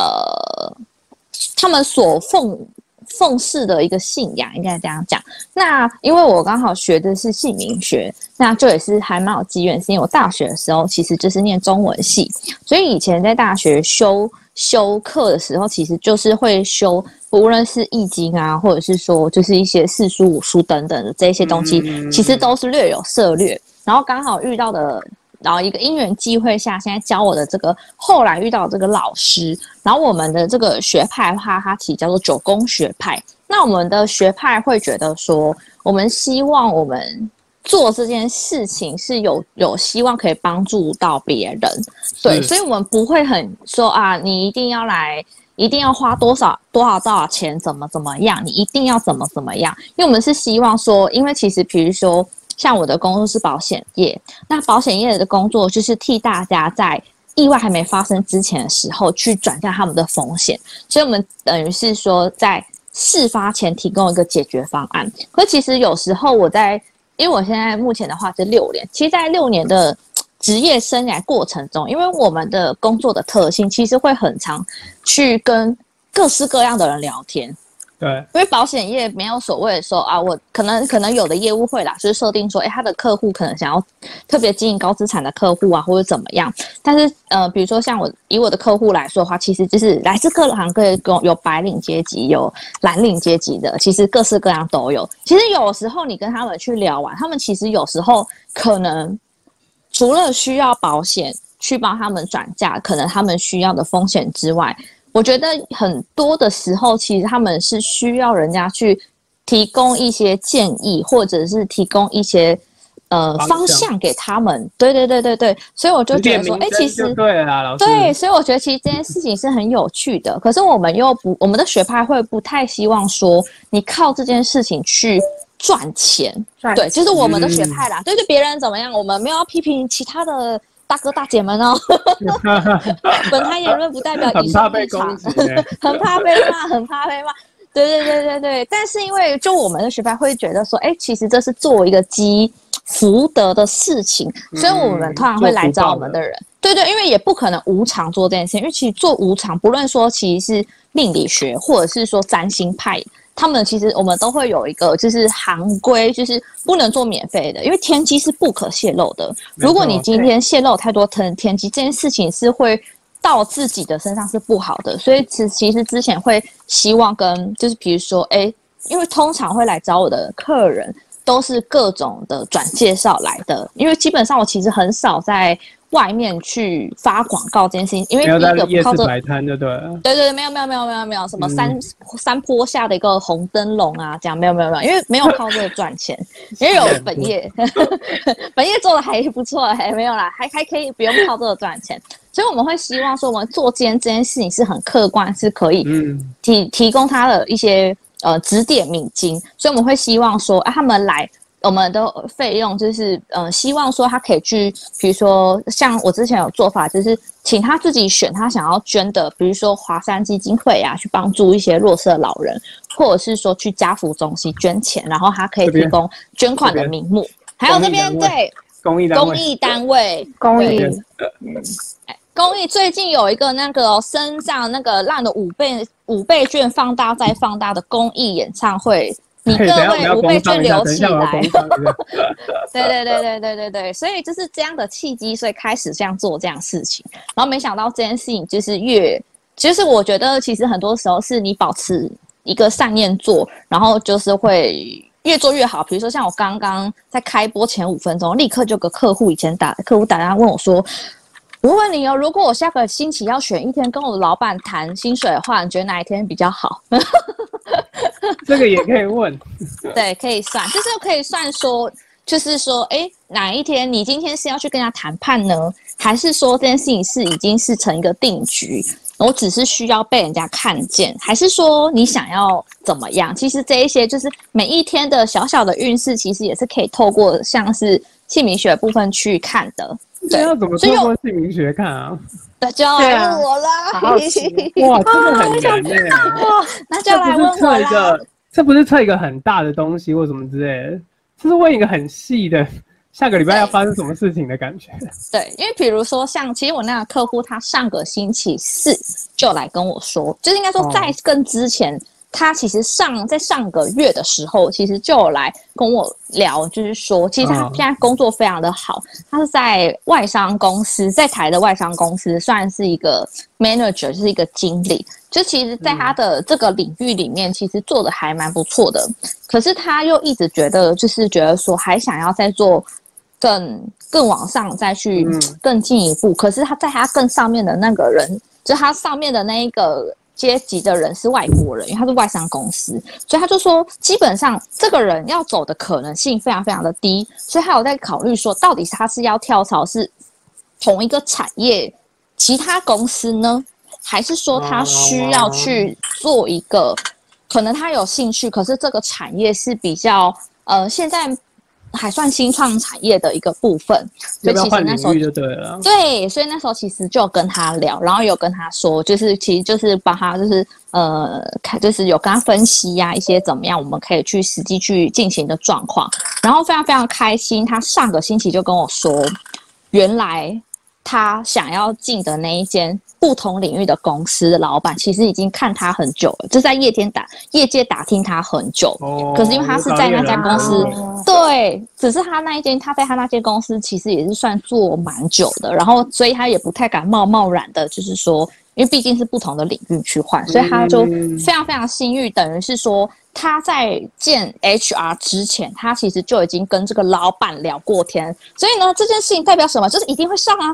他们所奉事的一个信仰，应该这样讲。那因为我刚好学的是姓名学，那就也是还蛮有机缘，是因为我大学的时候其实就是念中文系，所以以前在大学修课的时候，其实就是会修，不论是易经啊，或者是说就是一些四书五书等等的这些东西，其实都是略有涉略。然后刚好遇到的，然后一个因缘际会下，现在教我的这个后来遇到的这个老师，然后我们的这个学派的话，它其实叫做九宫学派。那我们的学派会觉得说，我们希望我们做这件事情是有希望可以帮助到别人，对，所以我们不会很说啊，你一定要花多少钱，怎么样，你一定要怎么样，因为我们是希望说，因为其实比如说像我的工作是保险业，那保险业的工作就是替大家在意外还没发生之前的时候去转嫁他们的风险，所以我们等于是说在事发前提供一个解决方案。可其实有时候因为我现在目前的话是6年，其实在6年的职业生涯过程中，因为我们的工作的特性其实会很常去跟各式各样的人聊天。对，因为保险业没有所谓的说啊，我可能有的业务会啦，就是设定说，他的客户可能想要特别经营高资产的客户啊，或者怎么样。但是比如说像以我的客户来说的话，其实就是来自各行各业，有白领阶级，有蓝领阶级的，其实各式各样都有。其实有时候你跟他们去聊完，他们其实有时候可能除了需要保险去帮他们转嫁，可能他们需要的风险之外，我觉得很多的时候，其实他们是需要人家去提供一些建议，或者是提供一些方向给他们。对，所以我就觉得说，其实对了啦，老师。 对，所以我觉得其实这件事情是很有趣的。可是我们的学派会不太希望说你靠这件事情去赚钱。对，就是我们的学派啦。对，别人怎么样，我们没有要批评其他的大哥大姐们哦。本台言论不代表以上立场。很怕被骂。对。但是因为就我们的学派会觉得说，其实这是做一个积福德的事情，所以我们通常会来找我们的人。对，因为也不可能无偿做这件事情，因为其实做无偿，不论说其实是命理学，或者是说占星派。他们其实我们都会有一个就是行规，就是不能做免费的，因为天机是不可泄露的。如果你今天泄露太多天机，这件事情是会到自己的身上是不好的。所以其实之前会希望就是比如说因为通常会来找我的客人都是各种的转介绍来的，因为基本上我其实很少在外面去发广告这件事情，因为第一个不靠着摆摊就对了。 对，没有什么山坡下的一个红灯笼啊，这样没有，因为没有靠这个赚钱，因为有本业，本业做的还不错，没有啦，还可以不用靠这个赚钱，所以我们会希望说我们做这件事情是很客观，是可以提供他的一些指点迷津，所以我们会希望说他们来。我们的费用就是希望说他可以去，比如说像我之前有做法，就是请他自己选他想要捐的，比如说华山基金会啊，去帮助一些弱势的老人，或者是说去家福中心捐钱，然后他可以提供捐款的名目。还有这边对公益单位，公益最近有一个那个身上那个让的5倍券放大再放大的公益演唱会。你各位5倍券留起来。对，所以就是这样的契机，所以开始这样做这样的事情，然后没想到这件事情就是我觉得其实很多时候是你保持一个善念做，然后就是会越做越好。比如说像我刚刚在开播前5分钟，立刻就有个客户打电话问我说，我问你哦，如果我下个星期要选一天跟我的老板谈薪水的话，你觉得哪一天比较好？ 这个也可以问。 对，可以算，就是可以算说，就是说，哎，哪一天你今天是要去跟他谈判呢，还是说这件事情是已经是成一个定局？我只是需要被人家看见，还是说你想要怎么样？其实这一些就是每一天的小小的运势，其实也是可以透过像是姓名学部分去看的。 对，要怎么透过姓名学看啊？ 对，就要来问我啦！ 哇，真的很难耶！ 那就来问我啦。 这不是测一个很大的东西或什么之类的，这是问一个很细的，下个礼拜要发生什么事情的感觉。 对，因为比如说像，其实我那个客户他上个星期四就来跟我说，就是应该说在更之前。他其实在上个月的时候，其实就有来跟我聊，就是说，其实他现在工作非常的好，他是在外商公司，在台的外商公司算是一个 manager， 就是一个经理。就其实，在他的这个领域里面，其实做的还蛮不错的。可是他又一直觉得说，还想要再做更往上，再去更进一步。可是他在他更上面的那个人，就他上面的那一个阶级的人是外国人，因为他是外商公司，所以他就说，基本上这个人要走的可能性非常非常的低，所以他有在考虑说，到底他是要跳槽是同一个产业其他公司呢，还是说他需要去做一个，可能他有兴趣，可是这个产业是比较现在还算新创产业的一个部分，所以其实那时候就对了。 对，所以那时候其实就跟他聊，然后有跟他说，就是其实就是帮他就是有跟他分析一些怎么样我们可以去实际去进行的状况，然后非常非常开心。他上个星期就跟我说，原来他想要进的那一间不同领域的公司的老板，其实已经看他很久了，就在业界打听他很久。可是因为他是在那家公司，对，只是他在他那间公司其实也是算做蛮久的，然后所以他也不太敢贸然的，就是说，因为毕竟是不同的领域去换，所以他就非常非常幸运，等于是说。他在见 HR 之前，他其实就已经跟这个老板聊过天，所以呢，这件事情代表什么？就是一定会上啊。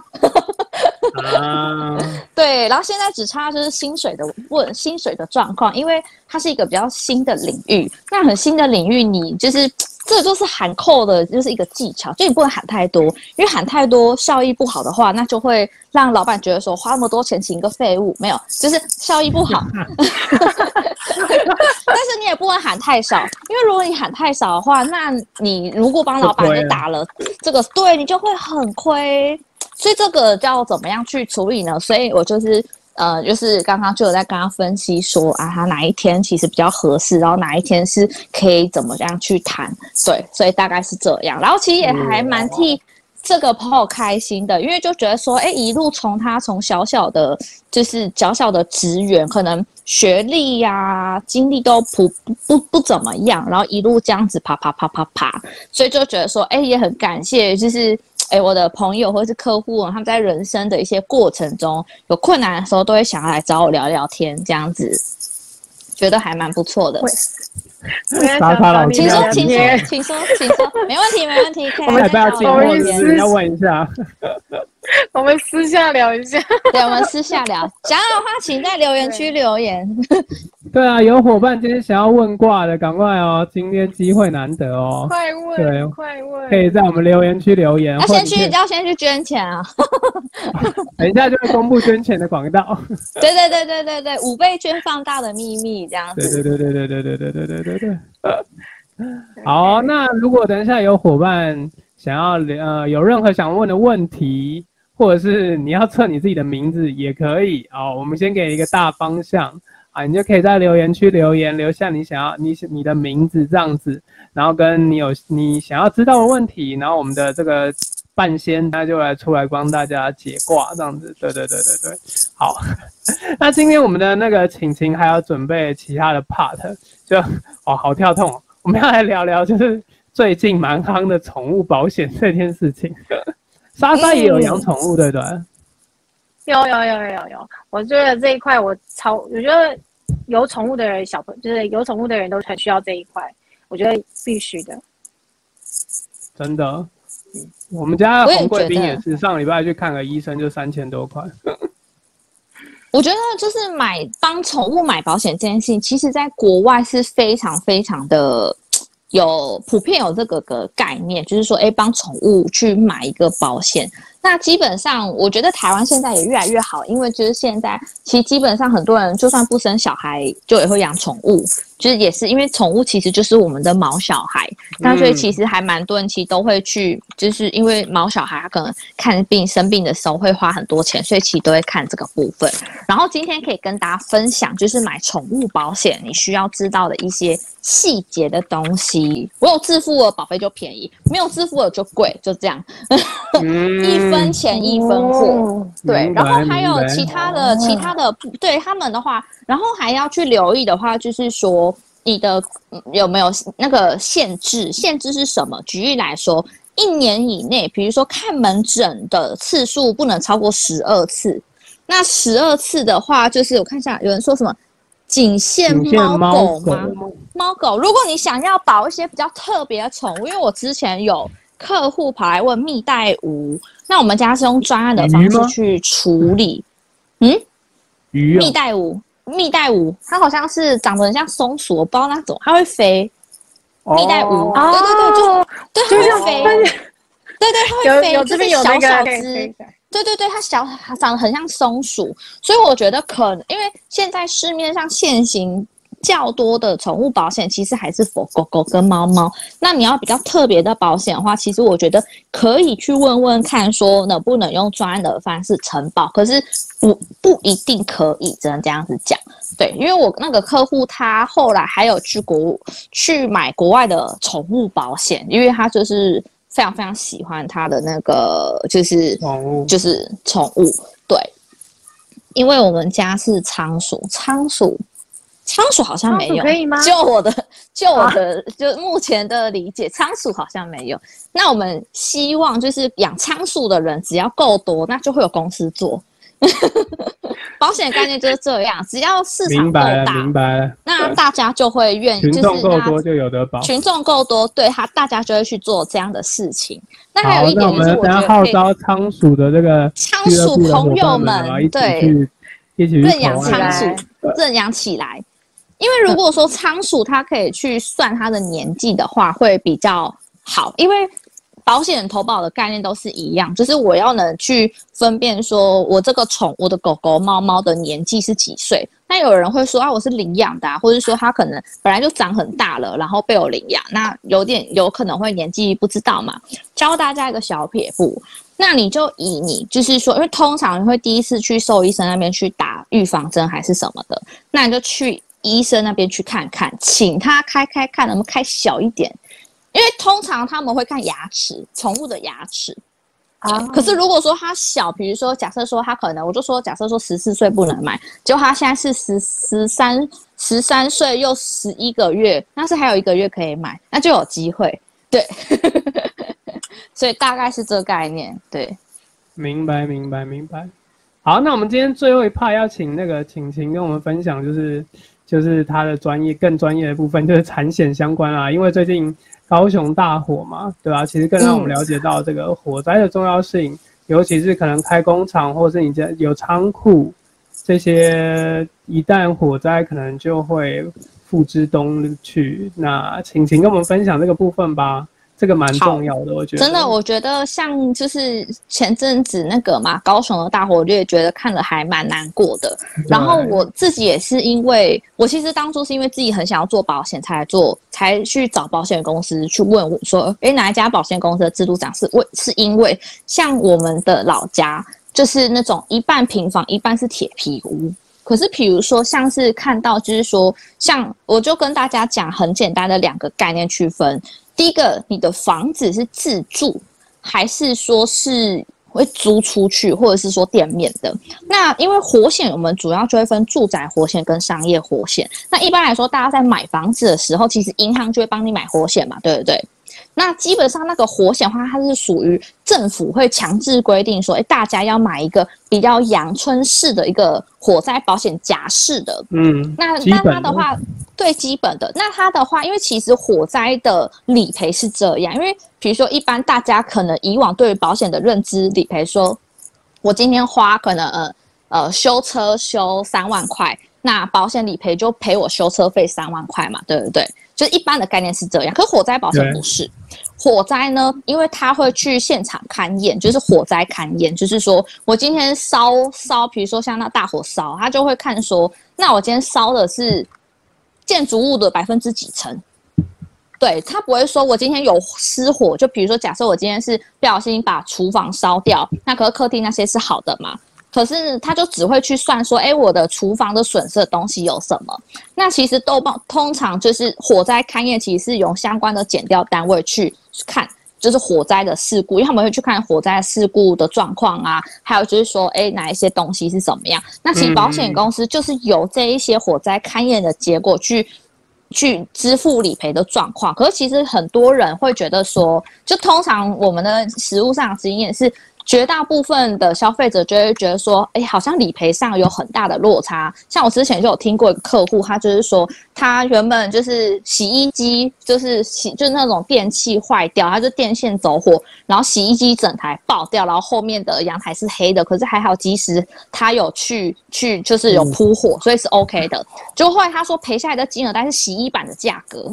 对，然后现在只差就是薪水的状况，因为它是一个比较新的领域，那很新的领域，你就是这就是喊扣的，就是一个技巧，就你不能喊太多，因为喊太多效益不好的话，那就会让老板觉得说花那么多钱请一个废物，没有，就是效益不好。但是你也不能喊太少，因为如果你喊太少的话，那你如果帮老板给打了这个，对你就会很亏。所以这个要怎么样去处理呢？所以我就是刚刚就有在跟他分析说他哪一天其实比较合适，然后哪一天是可以怎么样去谈，对，所以大概是这样。然后其实也还蛮替这个朋友开心的，因为就觉得说，一路从小小的职员，可能学历经历都不怎么样，然后一路这样子爬，所以就觉得说，也很感谢，就是我的朋友或是客户，他们在人生的一些过程中有困难的时候，都会想要来找我聊聊天，这样子，觉得还蛮不错的。请说，没问题，可以。 我们要静默，要问一下。 我们私下聊一下。 对，我们私下聊。想要的话，请在留言区留言。 对啊，有伙伴今天想要问卦的，赶快哦，今天机会难得哦。 快问，对，快问。 可以在我们留言区留言。 要先去捐钱啊！ 等一下就会公布捐钱的广告。 对，5倍捐放大的秘密这样子。 对。好，那如果等一下有伙伴想要有任何想问的问题，或者是你要测你自己的名字也可以哦。我们先给一个大方向你就可以在留言区留言，留下你的名字这样子，然后跟你想要知道的问题，然后我们的这个半仙他就出来帮大家解卦这样子。对。好，那今天我们的那个晴还要准备其他的 part， 就好跳痛哦。我们要来聊聊就是最近蛮夯的宠物保险这件事情。莎莎也有养宠物，对不对？ 有。我觉得这一块我觉得有宠物的人，就是有宠物的人都很需要这一块，我觉得必须的。 真的，我们家的红贵宾也是上礼拜去看个医生就3000多块。 我觉得就是帮宠物买保险这件事情，其实在国外是非常非常的普遍有这个概念，就是说，帮宠物去买一个保险。那基本上，我觉得台湾现在也越来越好，因为就是现在其实基本上很多人就算不生小孩，就也会养宠物，就是也是因为宠物其实就是我们的毛小孩，那所以其实还蛮多人其实都会去，就是因为毛小孩他可能生病的时候会花很多钱，所以其实都会看这个部分。然后今天可以跟大家分享，就是买宠物保险你需要知道的一些细节的东西。我有自付的保费就便宜，没有自付的就贵，就这样。1分钱1分货，对。然后还有其他的，对他们的话，然后还要去留意的话，就是说你的有没有那个限制？限制是什么？举例来说，1年以内，比如说看门诊的次数不能超过12次。那12次的话，就是我看一下，有人说什么仅限猫狗吗？猫狗，如果你想要保一些比较特别的宠物，因为我之前有客户跑来问蜜袋鼯，那我们家是用专案的方式去处理。 鱼蜜袋鼯，它好像是长得很像松鼠，我不知道那种，它会飞。蜜袋鼯，对，它会飞，对，它会飞， 有这边有那个小只。对，它长得很像松鼠，所以我觉得可能因为现在市面上现行较多的宠物保险其实还是 for 狗狗跟猫猫，那你要比较特别的保险的话，其实我觉得可以去问问看说能不能用专案的方式承保，可是不一定可以，只能这样子讲。对，因为我那个客户他后来还有去买国外的宠物保险，因为他就是非常非常喜欢他的那个就是宠物，对，因为我们家是仓鼠好像没有， 可以吗？ 就我的就目前的理解，仓鼠好像没有。那我们希望就是养仓鼠的人只要够多，那就会有公司做。保险概念就是这样，只要市场够大， 明白了， 那大家就会愿意， 群众够多就有得保。 群众够多，对大家就会去做这样的事情。那还有一点就是，我觉得号召仓鼠的这个仓鼠朋友们，对， 一起认养仓鼠，认养起来。因为如果说仓鼠它可以去算它的年纪的话，会比较好，因为保险投保的概念都是一样，就是我要能去分辨说我这个我的狗狗猫猫的年纪是几岁。那有人会说我是领养的或者说它可能本来就长很大了，然后被我领养，那有可能会年纪不知道嘛。教大家一个小撇步，那你就就是说，因为通常你会第一次去兽医生那边去打预防针还是什么的，那你就去医生那边去看看，请他开看能不能开小一点，因为通常他们会看牙齿，宠物的牙齿。可是如果说他小，比如说假设说他可能，我就说假设说14岁不能买，结果他现在是13岁又11个月，但是还有1个月可以买，那就有机会。对，所以大概是这个概念。对， 明白。好，那我们今天最后一 part 要请晴晴跟我们分享，就是他的更专业的部分，就是产险相关啊。因为最近高雄大火嘛，对吧？其实更让我们了解到这个火灾的重要性，尤其是可能开工厂或是你家有仓库，这些一旦火灾可能就会付之东去。那晴晴跟我们分享这个部分吧。这个蛮重要的，我觉得真的， 我觉得像就是前阵子那个嘛，高雄的大火，我也觉得看了还蛮难过的。然后我自己也是因为我其实当初是因为自己很想要做保险才去找保险公司去问我说，哪一家保险公司的制度长是因为像我们的老家就是那种一半平房一半是铁皮屋。可是比如说像是看到就是说像我就跟大家讲很简单的2个概念区分。第一个，你的房子是自住还是说是会租出去，或者是说店面的？那因为火险我们主要就会分住宅火险跟商业火险。那一般来说，大家在买房子的时候，其实银行就会帮你买火险嘛，对不对？那基本上那个火险的话，它是属于政府会强制规定说，大家要买一个比较阳春式的一个火灾保险夹式的。那它的话，对基本的。那它的话，因为其实火灾的理赔是这样，因为比如说一般大家可能以往对于保险的认知理赔说，我今天花可能修车修3万块，那保险理赔就赔我修车费3万块嘛，对不对？就是一般的概念是这样，可是火灾保险不是。火灾呢，因为他会去现场勘验，就是火灾勘验，就是说我今天烧，比如说像那大火烧，他就会看说，那我今天烧的是建筑物的几%。对，他不会说我今天有失火，就比如说假设我今天是不小心把厨房烧掉，那可是客厅那些是好的嘛？可是他就只会去算说，我的厨房的损失的东西有什么？那其实通常就是火灾勘验，其实是由相关的检调单位去看，就是火灾的事故，因为他们会去看火灾事故的状况啊，还有就是说，哪一些东西是怎么样？那其实保险公司就是由这一些火灾勘验的结果去支付理赔的状况。可是其实很多人会觉得说，就通常我们的实务上的经验是，绝大部分的消费者就会觉得说，好像理赔上有很大的落差。像我之前就有听过一个客户，他就是说，他原本就是洗衣机就是那种电器坏掉，他就电线走火，然后洗衣机整台爆掉，然后后面的阳台是黑的，可是还好及时他有去就是有扑火，所以是 OK 的。就后来他说赔下来的金额大概是洗衣板的价格。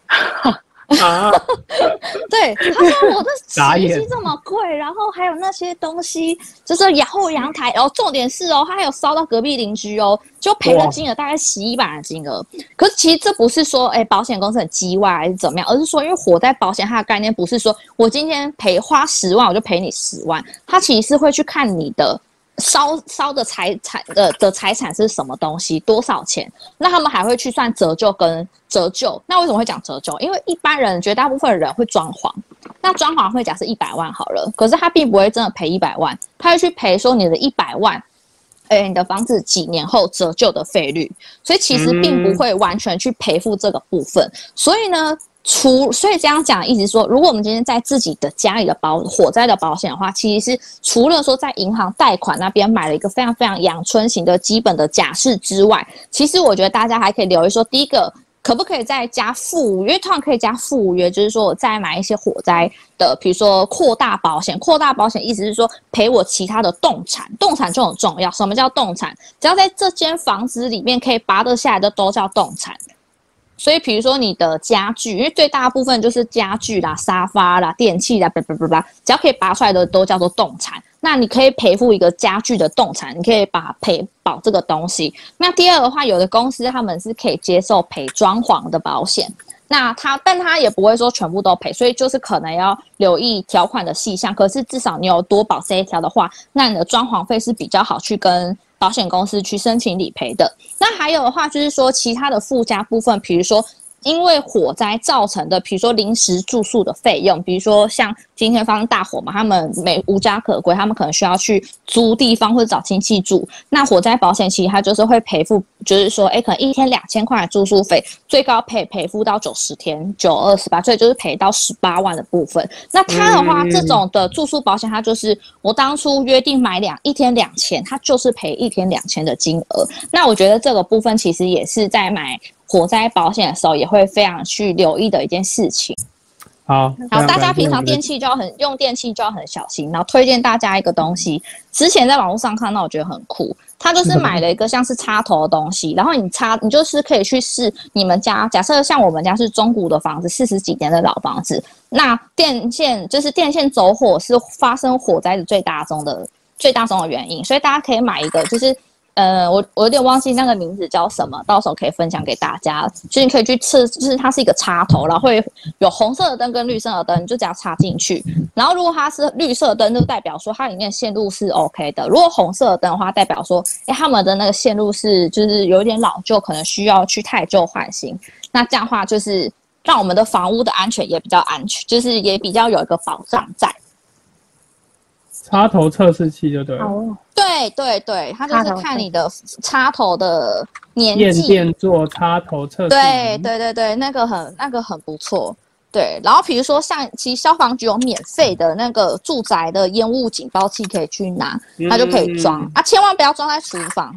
对，他说我的洗衣机这么贵，然后还有那些东西，就是后阳台，然后重点是他还有烧到隔壁邻居就赔的金额大概洗衣板的金额。可是其实这不是说保险公司很叽歪还是怎么样，而是说因为火灾保险它的概念不是说我今天花10万我就赔你10万，它其实是会去看你的烧的财产是什么东西，多少钱？那他们还会去算折旧跟折旧。那为什么会讲折旧？因为一般人绝大部分人会装潢，那装潢会假设100万好了，可是他并不会真的赔100万，他会去赔说你的100万。你的房子几年后折旧的费率，所以其实并不会完全去赔付这个部分。所以呢，所以这样讲的意思说，如果我们今天在自己的家里的火灾的保险的话，其实是除了说在银行贷款那边买了一个非常非常阳春型的基本的假释之外，其实我觉得大家还可以留意说，第一个，可不可以再加附约？通常可以加附约，就是说我再买一些火灾的，比如说扩大保险。扩大保险意思是说赔我其他的动产，动产就很重要。什么叫动产？只要在这间房子里面可以拔得下来的都叫动产。所以比如说你的家具，因为最大部分就是家具啦、沙发啦、电器啦，只要可以拔出来的都叫做动产。那你可以赔付一个家具的动产，你可以赔保这个东西。那第二的话，有的公司他们是可以接受赔装潢的保险，但他也不会说全部都赔，所以就是可能要留意条款的细项。可是至少你有多保这一条的话，那你的装潢费是比较好去跟保险公司去申请理赔的。那还有的话就是说其他的附加部分，比如说因为火灾造成的，比如说临时住宿的费用，比如说像今天发生大火嘛，他们无家可归，他们可能需要去租地方或者找亲戚住。那火灾保险其实它就是会赔付，就是说，可能1天2000块的住宿费，最高赔付到90天，928，所以就是赔到18万的部分。那它的话，这种的住宿保险，它就是我当初约定买1天2000，它就是赔1天2000的金额。那我觉得这个部分其实也是在买火灾保险的时候也会非常去留意的一件事情。 好， 大家平常用电器就要很小心。然后推荐大家一个东西，之前在网络上看到，我觉得很酷。他就是买了一个像是插头的东西，然后你就是可以去试你们家。假设像我们家是中古的房子，40几年的老房子，那电线走火是发生火灾的最大宗的原因，所以大家可以买一个就是。我有点忘记那个名字叫什么，到时候可以分享给大家。就是你可以去测，就是它是一个插头，然后会有红色的灯跟绿色的灯，你就只要插进去。然后如果它是绿色灯，就代表说它里面线路是 OK 的；如果红色的灯的话，代表说，他们的那个线路是就是有点老旧，可能需要去汰旧换新。那这样的话，就是让我们的房屋的安全也比较安全，就是也比较有一个保障在。 插头测试器就对了。 对，它就是看你的插头的年纪。 验电座插头测试。 对，那个很不错。对，然后比如说其实消防局有免费的那个住宅的烟雾警报器可以去拿，它就可以装千万不要装在厨房，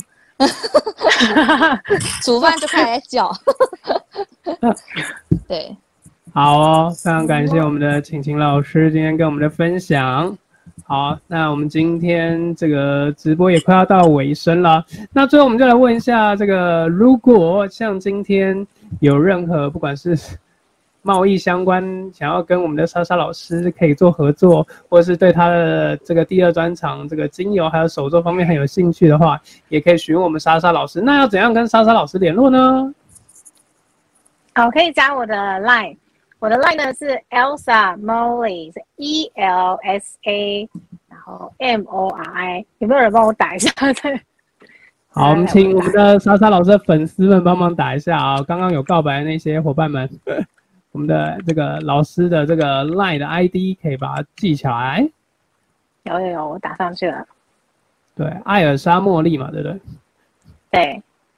煮饭就开始在叫。对， 好哦，非常感谢我们的晴晴老师今天跟我们的分享。 好，那我们今天这个直播也快要到尾声了。那最后我们就来问一下，这个如果像今天有任何不管是贸易相关，想要跟我们的莎莎老师可以做合作，或是对他的这个第2专场这个精油还有手作方面很有兴趣的话，也可以询问我们莎莎老师。那要怎样跟莎莎老师联络呢？ 好，可以加我的 line， 我的 line 呢是 Elsa Mori， 是 ELSA， 然后 MORI， 有没有人帮我打一下？ 好，我们请我们的莎莎老师的粉丝们帮忙打一下啊！刚刚有告白的那些伙伴们。我们的这个老师的这个 LINE 的 ID 可以把它记起来。 有，我打上去了。 对，艾尔莎茉莉嘛，对不对？ 对。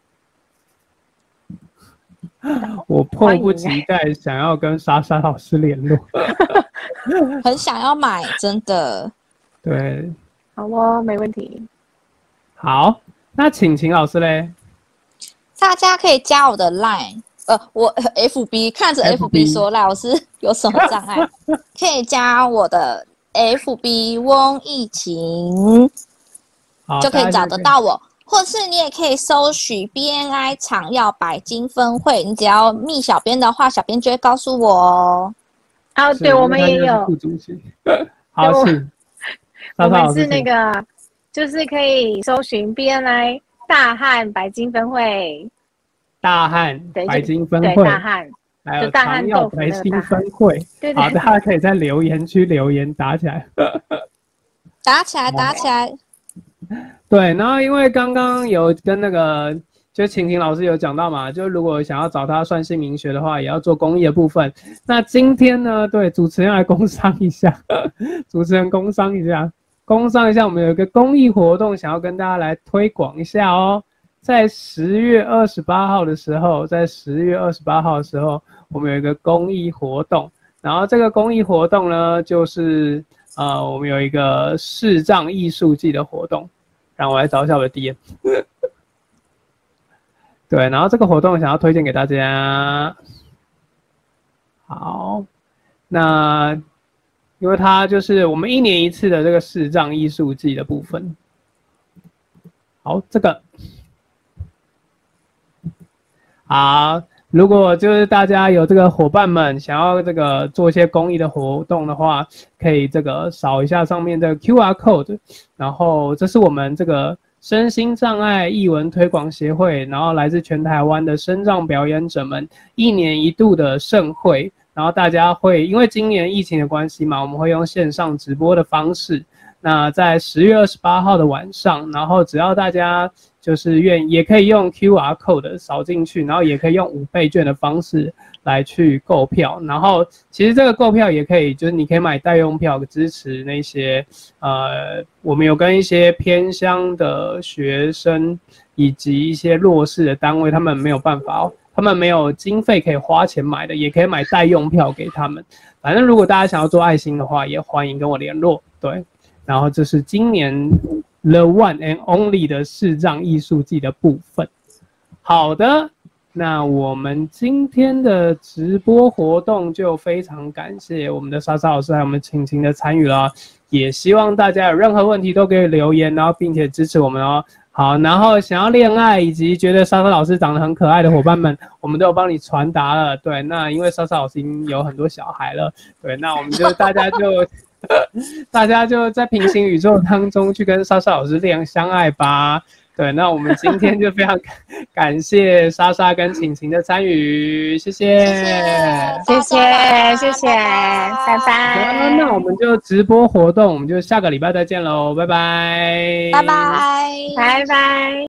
我迫不及待想要跟莎莎老师联络。 很想要买，真的。 对。 好哦，没问题。 好，那晴老师嘞？ 大家可以加我的 LINE。我 FB 看着 FB 说老师有什么障碍，可以加我的 FB 翁艺晴，就可以找得到我，或是你也可以搜取 BNI 长药白金分会，你只要密小编的话，小编就会告诉我哦。 啊，对，我们也有。 好，是。 我们是那个，就是可以搜寻 BNI 大汉白金分会。 大汉白金分会， 大汉， 还有长药白金分会。好，大家可以在留言区留言打起来， 打起来。 对，然后因为刚刚有跟那个就晴老师有讲到嘛，就如果想要找他算姓名学的话，也要做公益的部分。那今天呢，对主持人来工商一下，主持人工商一下，我们有一个公益活动，想要跟大家来推广一下哦。在10月28号的时候，我们有一个公益活动，然后这个公益活动呢，就是我们有一个视障艺术季的活动，让我来找一下我的 DM。对，然后这个活动想要推荐给大家。好，那因为它就是我们1年1次的这个视障艺术季的部分。好，这个。好，如果就是大家有这个伙伴们想要这个做一些公益的活动的话，可以这个扫一下上面的 QR code， 然后这是我们这个身心障碍艺文推广协会，然后来自全台湾的身障表演者们1年1度的盛会，然后大家会因为今年疫情的关系嘛，我们会用线上直播的方式。那在10月28号的晚上，然后只要大家就是也可以用 QR code 扫进去，然后也可以用5倍券的方式来去购票。然后其实这个购票也可以，就是你可以买代用票支持那些我们有跟一些偏乡的学生以及一些弱势的单位，他们没有办法他们没有经费可以花钱买的，也可以买代用票给他们。反正如果大家想要做爱心的话，也欢迎跟我联络。对。然后这是今年 The One and Only 的视障艺术季的部分。好的，那我们今天的直播活动就非常感谢我们的莎莎老师还有我们晴晴的参与了，也希望大家有任何问题都可以留言，然后并且支持我们哦。好，然后想要恋爱以及觉得莎莎老师长得很可爱的伙伴们，我们都有帮你传达了。对，那因为莎莎老师已经有很多小孩了，对，那我们就大家就在平行宇宙当中去跟莎莎老师相爱吧。对，那我们今天就非常感谢莎莎跟晴晴的参与，谢谢， 拜拜。 那我们就直播活动，我们就下个礼拜再见喽，拜拜， 拜拜。